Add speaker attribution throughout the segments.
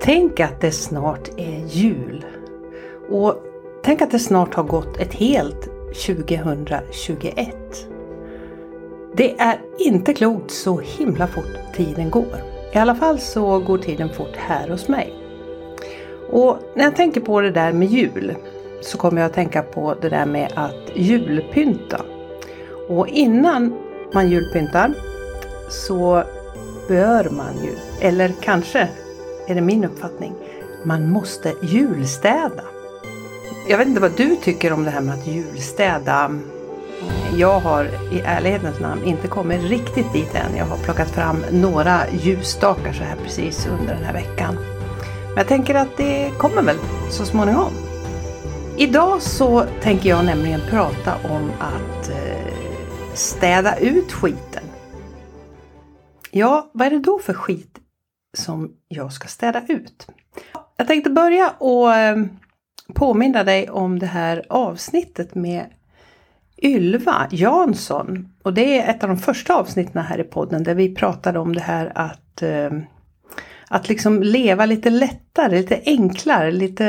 Speaker 1: Tänk att det snart är jul. Och tänk att det snart har gått ett helt 2021. Det är inte klokt så himla fort tiden går. I alla fall så går tiden fort här hos mig. Och när jag tänker på det där med jul så kommer jag att tänka på det där med att julpynta. Och innan man julpyntar så bör man ju, eller kanske är det min uppfattning, man måste julstäda. Jag vet inte vad du tycker om det här med att julstäda. Jag har i ärlighetens namn inte kommit riktigt dit än. Jag har plockat fram några ljusstakar så här precis under den här veckan. Men jag tänker att det kommer väl så småningom. Idag så tänker jag nämligen prata om att städa ut skiten. Ja, vad är det då för skit som jag ska städa ut? Jag tänkte börja och påminna dig om det här avsnittet med Ylva Jansson. Och det är ett av de första avsnitten här i podden där vi pratade om det här att liksom leva lite lättare, lite enklare,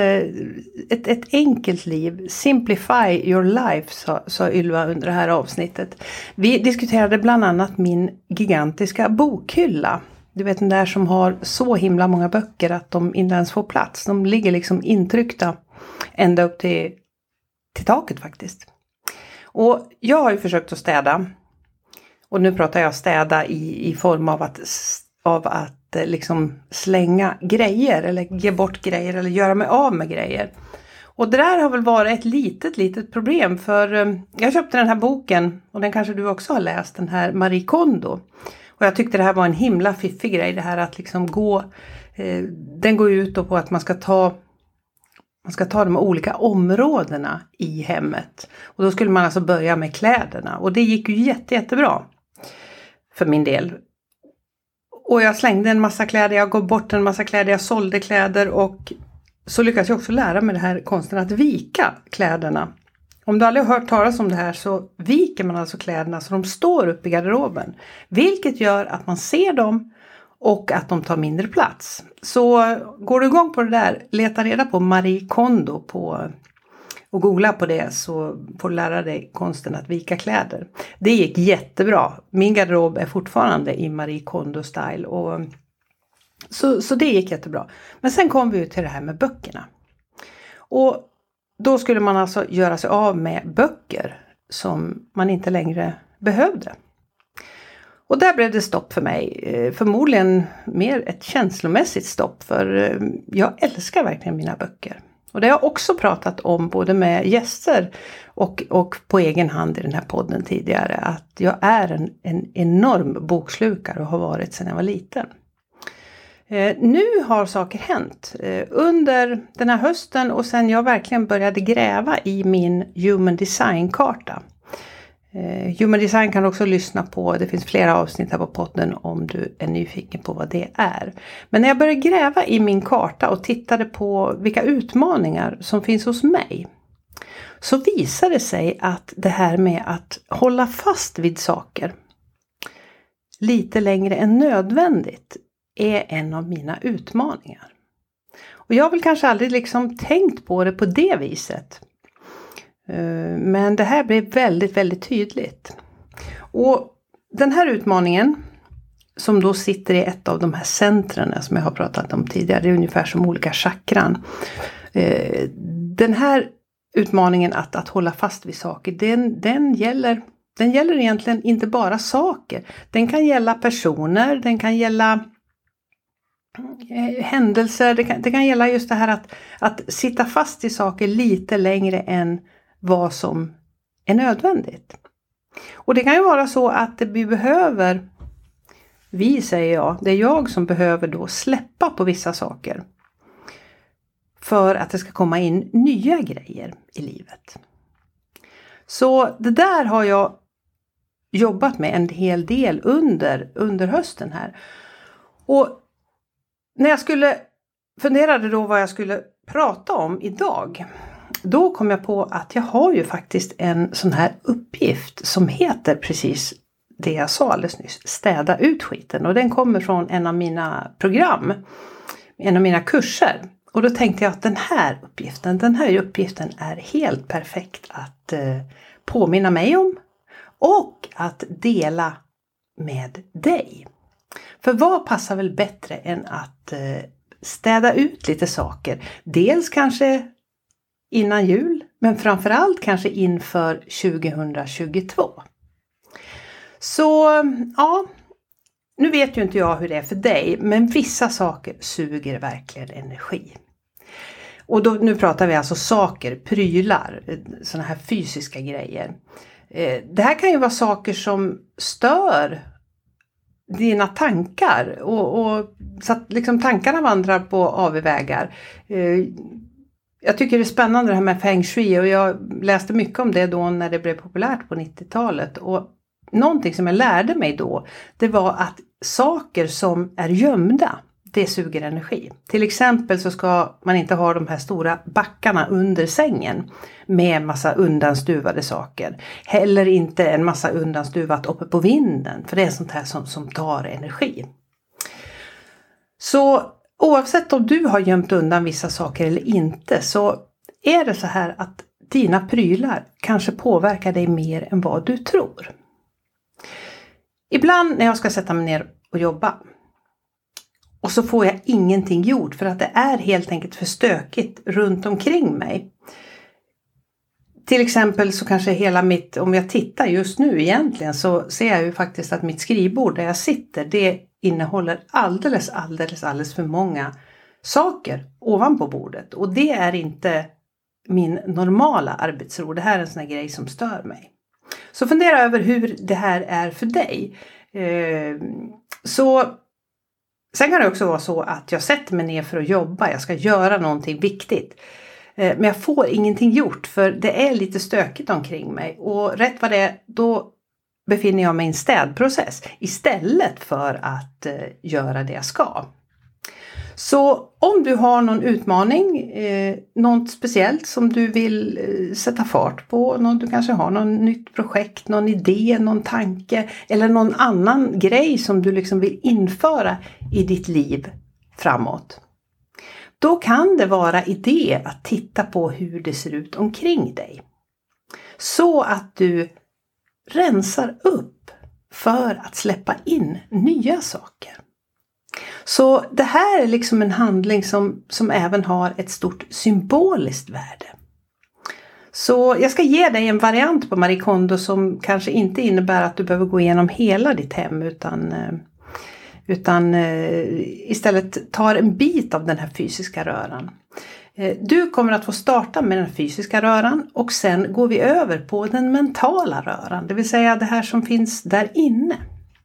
Speaker 1: ett enkelt liv. Simplify your life, sa Ylva under det här avsnittet. Vi diskuterade bland annat min gigantiska bokhylla. Du vet den där som har så himla många böcker att de inte ens får plats. De ligger liksom intryckta ända upp till taket faktiskt. Och jag har ju försökt att städa. Och nu pratar jag städa i form av att liksom slänga grejer eller ge bort grejer eller göra mig av med grejer. Och det där har väl varit ett litet problem, för jag köpte den här boken och den kanske du också har läst, den här Marie Kondo. Och jag tyckte det här var en himla fiffig grej, det här att liksom den går ut på att man ska ta de olika områdena i hemmet. Och då skulle man alltså börja med kläderna. Och det gick ju jättebra för min del. Och jag slängde en massa kläder, jag gav bort en massa kläder, jag sålde kläder. Och så lyckades jag också lära mig det här konsten att vika kläderna. Om du aldrig har hört talas om det här så viker man alltså kläderna så de står upp i garderoben. Vilket gör att man ser dem och att de tar mindre plats. Så går du igång på det där, leta reda på Marie Kondo och googla på det, så får du lära dig konsten att vika kläder. Det gick jättebra. Min garderob är fortfarande i Marie Kondo-style. Och så det gick jättebra. Men sen kom vi till det här med böckerna. Och då skulle man alltså göra sig av med böcker som man inte längre behövde. Och där blev det stopp för mig. Förmodligen mer ett känslomässigt stopp, för jag älskar verkligen mina böcker. Och det har jag också pratat om både med gäster och på egen hand i den här podden tidigare. Att jag är en enorm bokslukare och har varit sedan jag var liten. Nu har saker hänt under den här hösten och sen jag verkligen började gräva i min Human Design-karta. Human Design kan du också lyssna på. Det finns flera avsnitt här på podden om du är nyfiken på vad det är. Men när jag började gräva i min karta och tittade på vilka utmaningar som finns hos mig, så visade det sig att det här med att hålla fast vid saker lite längre än nödvändigt är en av mina utmaningar. Och jag har väl kanske aldrig liksom tänkt på det på det viset. Men det här blev väldigt tydligt. Och den här utmaningen som då sitter i ett av de här centren som jag har pratat om tidigare, det är ungefär som olika chakran. Den här utmaningen att hålla fast vid saker, den gäller egentligen inte bara saker. Den kan gälla personer, den kan gälla händelser, det kan gälla just det här att sitta fast i saker lite längre än vad som är nödvändigt. Och det kan ju vara så att det är jag som behöver då släppa på vissa saker. För att det ska komma in nya grejer i livet. Så det där har jag jobbat med en hel del under hösten här. Och när jag funderade då vad jag skulle prata om idag, då kom jag på att jag har ju faktiskt en sån här uppgift som heter precis det jag sa alldeles nyss, städa ut skiten. Och den kommer från en av mina program en av mina kurser. Och då tänkte jag att den här uppgiften är helt perfekt att påminna mig om och att dela med dig. För vad passar väl bättre än att städa ut lite saker. Dels kanske innan jul, men framförallt kanske inför 2022. Så ja, nu vet ju inte jag hur det är för dig, men vissa saker suger verkligen energi. Och då, nu pratar vi alltså saker, prylar, sådana här fysiska grejer. Det här kan ju vara saker som stör dina tankar och så att liksom tankarna vandrar på avvägar. Jag tycker det är spännande det här med feng shui och jag läste mycket om det då när det blev populärt på 90-talet. Och någonting som jag lärde mig då, det var att saker som är gömda, det suger energi. Till exempel så ska man inte ha de här stora backarna under sängen med en massa undanstuvade saker. Heller inte en massa undanstuvat uppe på vinden, för det är sånt här som tar energi. Så oavsett om du har gömt undan vissa saker eller inte, så är det så här att dina prylar kanske påverkar dig mer än vad du tror. Ibland när jag ska sätta mig ner och jobba och så får jag ingenting gjort för att det är helt enkelt för stökigt runt omkring mig. Till exempel så kanske hela om jag tittar just nu egentligen så ser jag ju faktiskt att mitt skrivbord där jag sitter, det innehåller alldeles för många saker ovanpå bordet. Och det är inte min normala arbetsro. Det här är en sån här grej som stör mig. Så fundera över hur det här är för dig. Sen kan det också vara så att jag sätter mig ner för att jobba. Jag ska göra någonting viktigt. Men jag får ingenting gjort för det är lite stökigt omkring mig. Och rätt vad det är, då befinner jag mig i en städprocess istället för att göra det jag ska. Så om du har någon utmaning, något speciellt som du vill sätta fart på, du kanske har någon nytt projekt, någon idé, någon tanke eller någon annan grej som du liksom vill införa i ditt liv framåt. Då kan det vara idé att titta på hur det ser ut omkring dig. Så att du rensar upp för att släppa in nya saker. Så det här är liksom en handling som även har ett stort symboliskt värde. Så jag ska ge dig en variant på Marie Kondo som kanske inte innebär att du behöver gå igenom hela ditt hem utan istället tar en bit av den här fysiska röran. Du kommer att få starta med den fysiska röran och sen går vi över på den mentala röran. Det vill säga det här som finns där inne.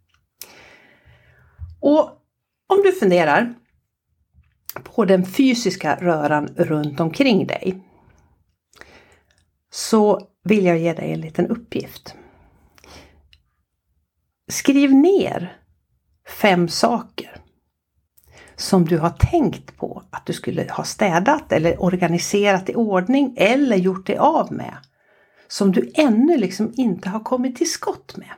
Speaker 1: Och om du funderar på den fysiska röran runt omkring dig så vill jag ge dig en liten uppgift. Skriv ner 5 saker som du har tänkt på att du skulle ha städat eller organiserat i ordning eller gjort dig av med. Som du ännu liksom inte har kommit till skott med.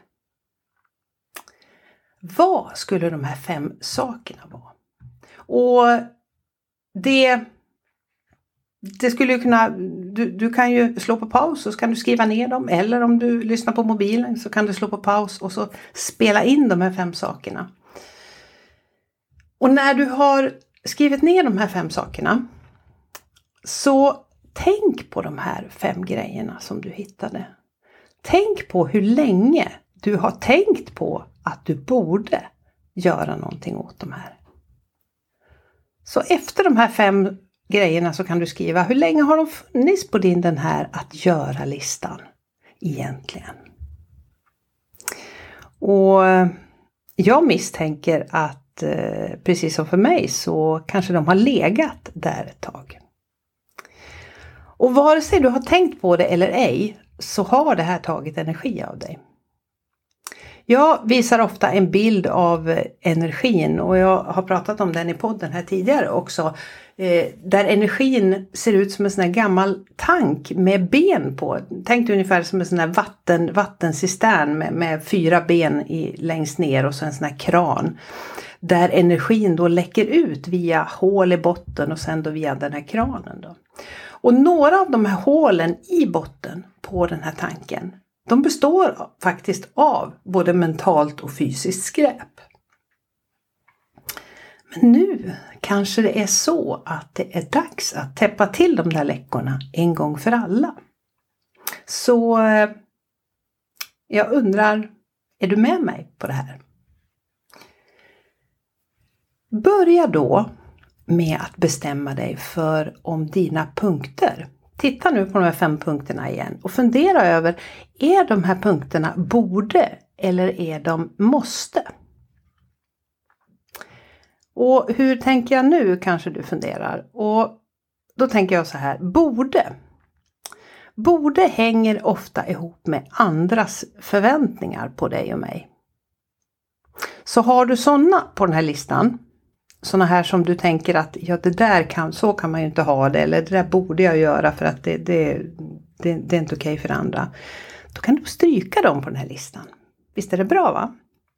Speaker 1: Vad skulle de här 5 sakerna vara? Och det skulle ju kunna, du kan ju slå på paus och så kan du skriva ner dem. Eller om du lyssnar på mobilen så kan du slå på paus och så spela in de här 5 sakerna. Och när du har skrivit ner de här 5 sakerna så tänk på de här 5 grejerna som du hittade. Tänk på hur länge du har tänkt på att du borde göra någonting åt de här. Så efter de här 5 grejerna så kan du skriva hur länge har de funnits på den här att göra-listan egentligen. Och jag misstänker att precis som för mig så kanske de har legat där ett tag. Och vare sig du har tänkt på det eller ej så har det här tagit energi av dig. Jag visar ofta en bild av energin och jag har pratat om den i podden här tidigare också. Där energin ser ut som en sån här gammal tank med ben på. Tänk dig ungefär som en sån här vattencistern med 4 ben längst ner och så en sån här kran. där energin då läcker ut via hål i botten och sen då via den här kranen då. Och några av de här hålen i botten på den här tanken, de består faktiskt av både mentalt och fysiskt skräp. Men nu kanske det är så att det är dags att täppa till de där läckorna en gång för alla. Så jag undrar, är du med mig på det här? Börja då med att bestämma dig för om dina punkter. Titta nu på de här 5 punkterna igen och fundera över, är de här punkterna borde eller är de måste? Och hur tänker jag nu, kanske du funderar. Och då tänker jag så här, borde. Borde hänger ofta ihop med andras förväntningar på dig och mig. Så har du sådana på den här listan, sådana här som du tänker att ja, det där så kan man ju inte ha det, eller det där borde jag göra för att det är inte okej för andra. Då kan du stryka dem på den här listan. Visst är det bra, va?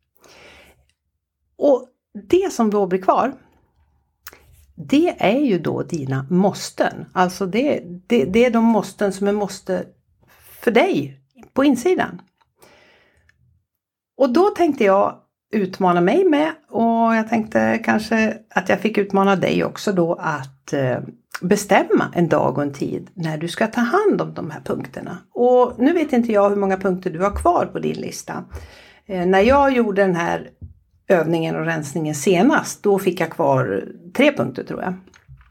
Speaker 1: Och det som då blir kvar, det är ju då dina måsten. Alltså det är de måsten som är måste för dig på insidan. Och då tänkte jag utmana mig med, och jag tänkte kanske att jag fick utmana dig också då att bestämma en dag och en tid när du ska ta hand om de här punkterna. Och nu vet inte jag hur många punkter du har kvar på din lista. När jag gjorde den här övningen och rensningen senast, då fick jag kvar 3 punkter tror jag.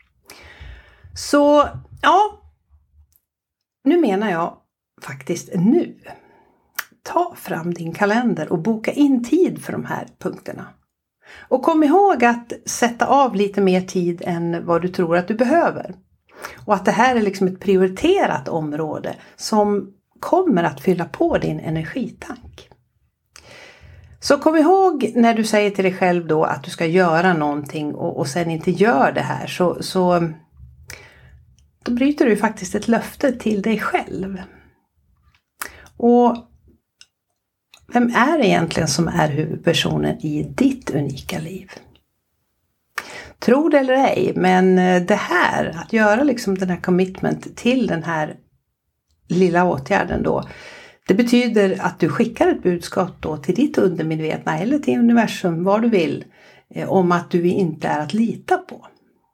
Speaker 1: Så ja, nu menar jag faktiskt nu. Ta fram din kalender och boka in tid för de här punkterna. Och kom ihåg att sätta av lite mer tid än vad du tror att du behöver. Och att det här är liksom ett prioriterat område som kommer att fylla på din energitank. Så kom ihåg när du säger till dig själv då att du ska göra någonting och sen inte gör det här, så då bryter du faktiskt ett löfte till dig själv. Och vem är det egentligen som är huvudpersonen i ditt unika liv? Tro det eller ej, men det här, att göra liksom den här commitment till den här lilla åtgärden då, det betyder att du skickar ett budskap då till ditt undermedvetna eller till universum, vad du vill, om att du inte är att lita på.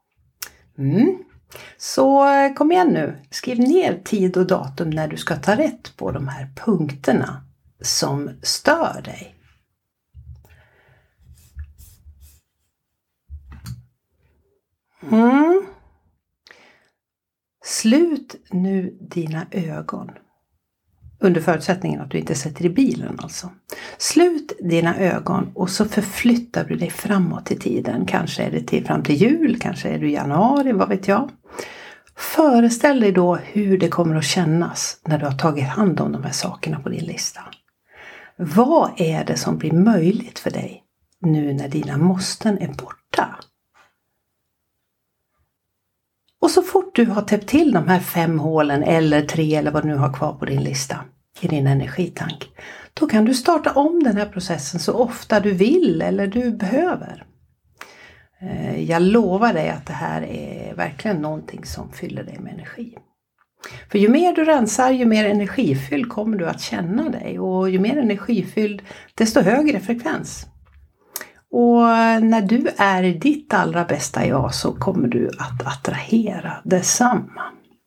Speaker 1: Så kom igen nu, skriv ner tid och datum när du ska ta rätt på de här punkterna som stör dig. Slut nu dina ögon. Under förutsättningen att du inte sätter i bilen alltså. Slut dina ögon och så förflyttar du dig framåt i tiden. Kanske är det fram till jul, kanske är det januari, vad vet jag. Föreställ dig då hur det kommer att kännas när du har tagit hand om de här sakerna på din lista. Vad är det som blir möjligt för dig nu när dina måsten är borta? Och så fort du har täppt till de här 5 hålen eller 3 eller vad du nu har kvar på din lista i din energitank, då kan du starta om den här processen så ofta du vill eller du behöver. Jag lovar dig att det här är verkligen någonting som fyller dig med energi. För ju mer du rensar, ju mer energifylld kommer du att känna dig. Och ju mer energifylld, desto högre frekvens. Och när du är i ditt allra bästa jag så kommer du att attrahera detsamma.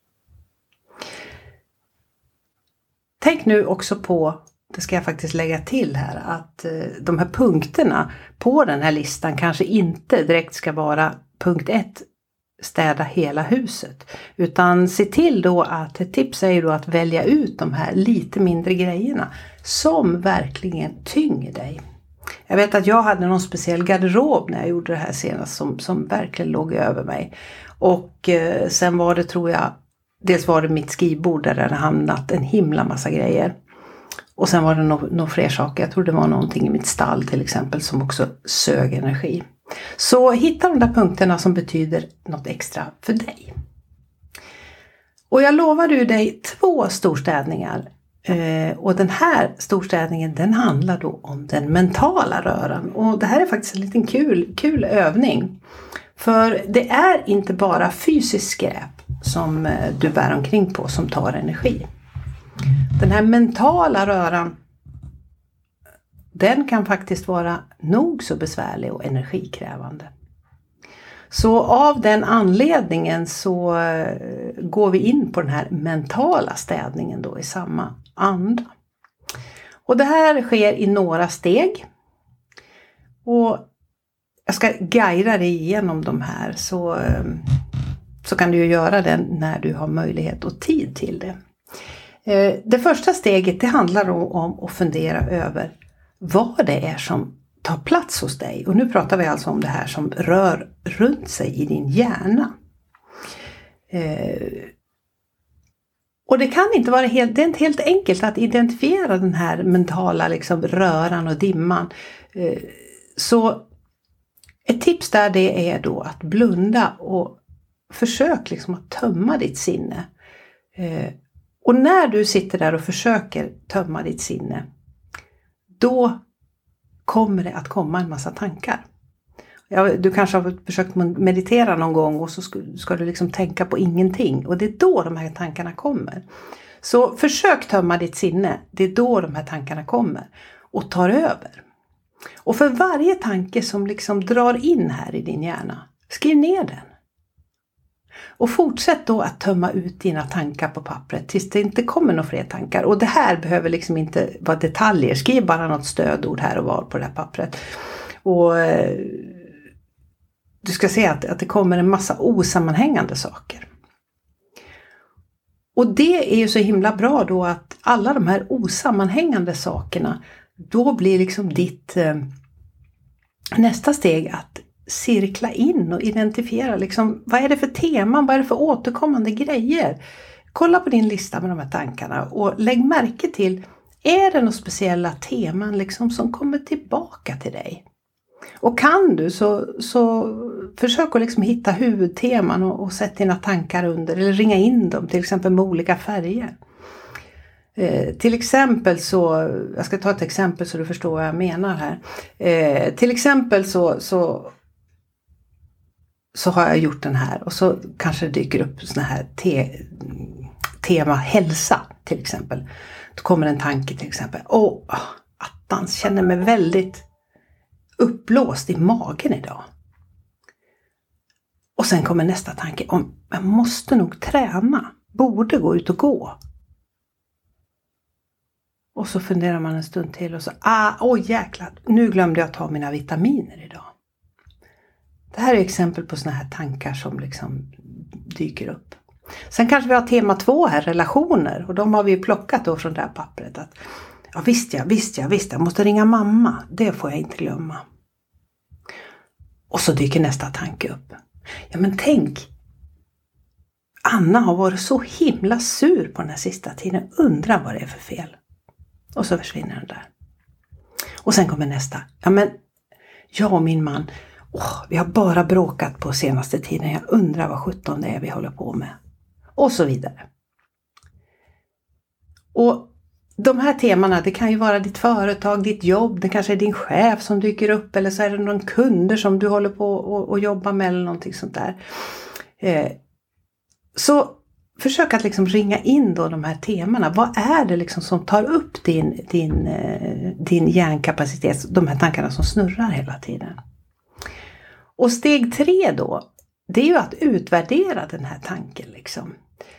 Speaker 1: Tänk nu också på, det ska jag faktiskt lägga till här, att de här punkterna på den här listan kanske inte direkt ska vara punkt 1, städa hela huset. Utan se till då att, ett tips är ju då att välja ut de här lite mindre grejerna som verkligen tynger dig. Jag vet att jag hade någon speciell garderob när jag gjorde det här senast som verkligen låg över mig. Och sen var det, tror jag, dels var det mitt skrivbord där det hade hamnat en himla massa grejer. Och sen var det några fler saker. Jag tror det var någonting i mitt stall till exempel som också sög energi. Så hitta de där punkterna som betyder något extra för dig. Och jag lovade ju dig 2 storstädningar Och den här storstädningen, den handlar då om den mentala röran. Och det här är faktiskt en liten kul övning. För det är inte bara fysisk skräp som du bär omkring på som tar energi. Den här mentala röran, den kan faktiskt vara nog så besvärlig och energikrävande. Så av den anledningen så går vi in på den här mentala städningen då i samma anda. Och det här sker i några steg. Och jag ska guida dig igenom de här så kan du ju göra det när du har möjlighet och tid till det. Det första steget, det handlar om att fundera över vad det är som tar plats hos dig. Och nu pratar vi alltså om det här som rör runt sig i din hjärna. Och det kan inte vara det är inte helt enkelt att identifiera den här mentala liksom röran och dimman. Så ett tips där, det är då att blunda och försök liksom att tömma ditt sinne. Och när du sitter där och försöker tömma ditt sinne, då kommer det att komma en massa tankar. Du kanske har försökt meditera någon gång och så ska du liksom tänka på ingenting. Och det är då de här tankarna kommer. Så försök tömma ditt sinne. Det är då de här tankarna kommer och tar över. Och för varje tanke som liksom drar in här i din hjärna, skriv ner den. Och fortsätt då att tömma ut dina tankar på pappret tills det inte kommer några fler tankar. Och det här behöver liksom inte vara detaljer. Skriv bara något stödord här och var på det här pappret. Och du ska se att det kommer en massa osammanhängande saker. Och det är ju så himla bra då att alla de här osammanhängande sakerna, då blir liksom ditt nästa steg att cirkla in och identifiera liksom, vad är det för teman, vad är det för återkommande grejer. Kolla på din lista med de här tankarna och lägg märke till, är det några speciella teman liksom som kommer tillbaka till dig? Och kan du så försök att liksom hitta huvudteman och sätt dina tankar under, eller ringa in dem till exempel med olika färger. Till exempel så, jag ska ta ett exempel så du förstår vad jag menar här. Till exempel så har jag gjort den här och så kanske det dyker upp såna här tema hälsa till exempel. Då kommer en tanke till exempel, attans, känner mig väldigt uppblåst i magen idag. Och sen kommer nästa tanke om, jag måste nog träna, borde gå ut och gå. Och så funderar man en stund till och så, jäklar, nu glömde jag ta mina vitaminer idag. Det här är exempel på såna här tankar som liksom dyker upp. Sen kanske vi har tema 2 här, relationer. Och de har vi plockat då från det här pappret. Att, visst, jag måste ringa mamma. Det får jag inte glömma. Och så dyker nästa tanke upp. Ja men tänk, Anna har varit så himla sur på den här sista tiden. Undrar vad det är för fel. Och så försvinner den där. Och sen kommer nästa. Ja men, jag och min man, vi har bara bråkat på senaste tiden. Jag undrar vad 17 det är vi håller på med. Och så vidare. Och de här temana, det kan ju vara ditt företag, ditt jobb. Det kanske är din chef som dyker upp. Eller så är det någon kunder som du håller på och jobbar med eller någonting sånt där. Så försök att liksom ringa in då de här temana. Vad är det liksom som tar upp din hjärnkapacitet? De här tankarna som snurrar hela tiden. Och steg 3 då, det är ju att utvärdera den här tanken liksom.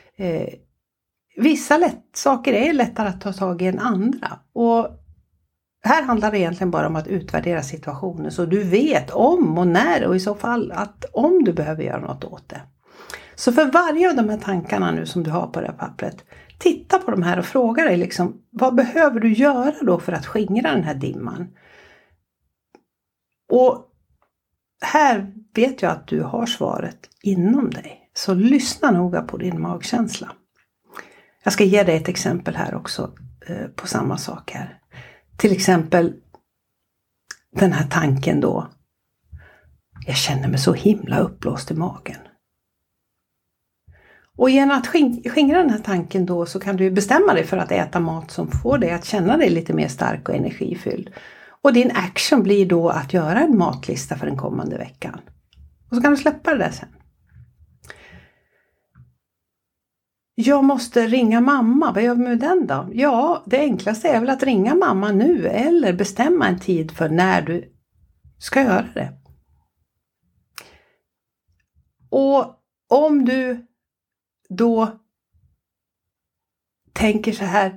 Speaker 1: Vissa saker är lättare att ta tag i än andra. Och här handlar det egentligen bara om att utvärdera situationen. Så du vet om och när och i så fall att om du behöver göra något åt det. Så för varje av de här tankarna nu som du har på det här pappret. Titta på de här och fråga dig liksom. Vad behöver du göra då för att skingra den här dimman? Och här vet jag att du har svaret inom dig. Så lyssna noga på din magkänsla. Jag ska ge dig ett exempel här också på samma sak här. Till exempel den här tanken då. Jag känner mig så himla uppblåst i magen. Och genom att skingra den här tanken då så kan du bestämma dig för att äta mat som får dig att känna dig lite mer stark och energifylld. Och din action blir då att göra en matlista för den kommande veckan. Och så kan du släppa det där sen. Jag måste ringa mamma. Vad gör vi med den då? Ja, det enklaste är väl att ringa mamma nu eller bestämma en tid för när du ska göra det. Och om du då tänker så här,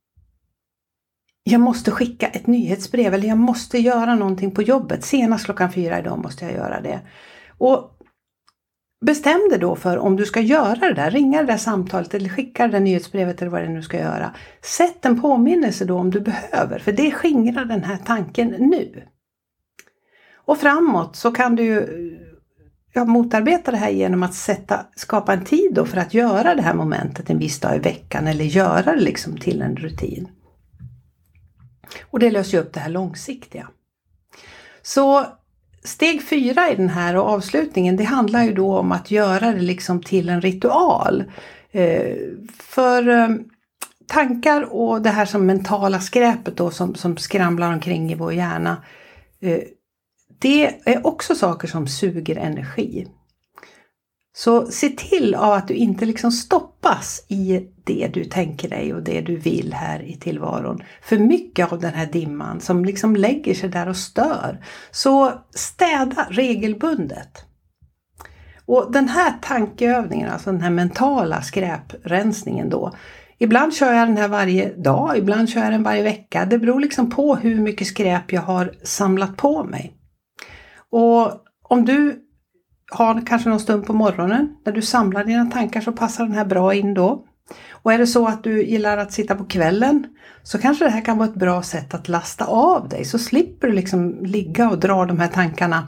Speaker 1: jag måste skicka ett nyhetsbrev eller jag måste göra någonting på jobbet. Senast 4:00 idag måste jag göra det. Och bestäm dig då för om du ska göra det där, ringa det där samtalet eller skicka det där nyhetsbrevet eller vad det nu ska göra. Sätt en påminnelse då om du behöver, för det skingrar den här tanken nu. Och framåt så kan du motarbeta det här genom att skapa en tid då för att göra det här momentet en viss dag i veckan eller göra det liksom till en rutin. Och det löser ju upp det här långsiktiga. Så steg 4 i den här och avslutningen, det handlar ju då om att göra det liksom till en ritual. För tankar och det här som mentala skräpet då som skramlar omkring i vår hjärna, det är också saker som suger energi. Så se till att du inte liksom stoppas i det du tänker dig och det du vill här i tillvaron. För mycket av den här dimman som liksom lägger sig där och stör. Så städa regelbundet. Och den här tankeövningen, alltså den här mentala skräprensningen då. Ibland kör jag den här varje dag, ibland kör jag den varje vecka. Det beror liksom på hur mycket skräp jag har samlat på mig. Och om du har kanske någon stund på morgonen när du samlar dina tankar så passar den här bra in då. Och är det så att du gillar att sitta på kvällen så kanske det här kan vara ett bra sätt att lasta av dig. Så slipper du liksom ligga och dra de här tankarna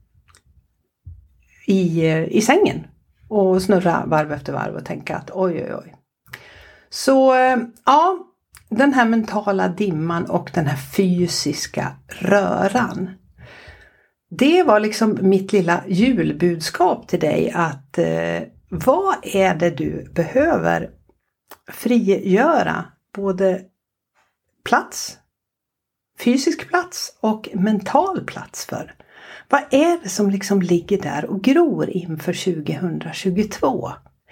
Speaker 1: i sängen och snurra varv efter varv och tänka att oj. Så ja, den här mentala dimman och den här fysiska röran. Det var liksom mitt lilla julbudskap till dig att vad är det du behöver frigöra både plats, fysisk plats och mental plats för? Vad är det som liksom ligger där och gror inför 2022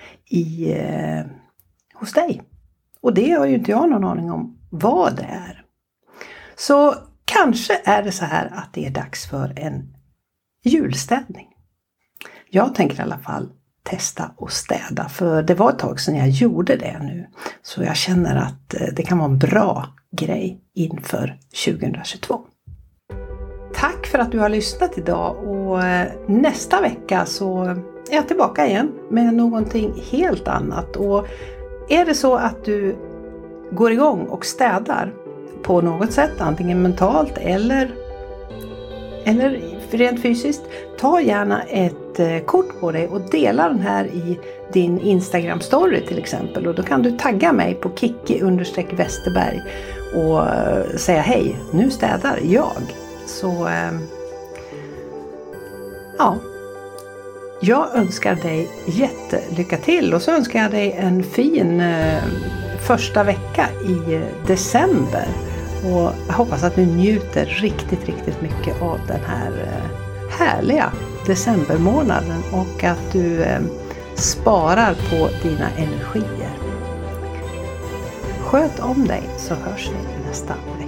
Speaker 1: hos dig? Och det har ju inte jag någon aning om vad det är. Så kanske är det så här att det är dags för en julstädning. Jag tänker i alla fall testa och städa, för det var ett tag sedan jag gjorde det nu. Så jag känner att det kan vara en bra grej inför 2022. Tack för att du har lyssnat idag, och nästa vecka så är jag tillbaka igen med någonting helt annat. Och är det så att du går igång och städar på något sätt, antingen mentalt eller rent fysiskt, ta gärna ett kort på dig och dela den här i din Instagram story till exempel. Och då kan du tagga mig på Kiki_Westerberg och säga hej, nu städar jag. Så ja, jag önskar dig jättelycka till, och så önskar jag dig en fin första vecka i december. Och jag hoppas att du njuter riktigt, riktigt mycket av den här härliga decembermånaden, och att du sparar på dina energier. Sköt om dig, så hörs vi nästa vecka.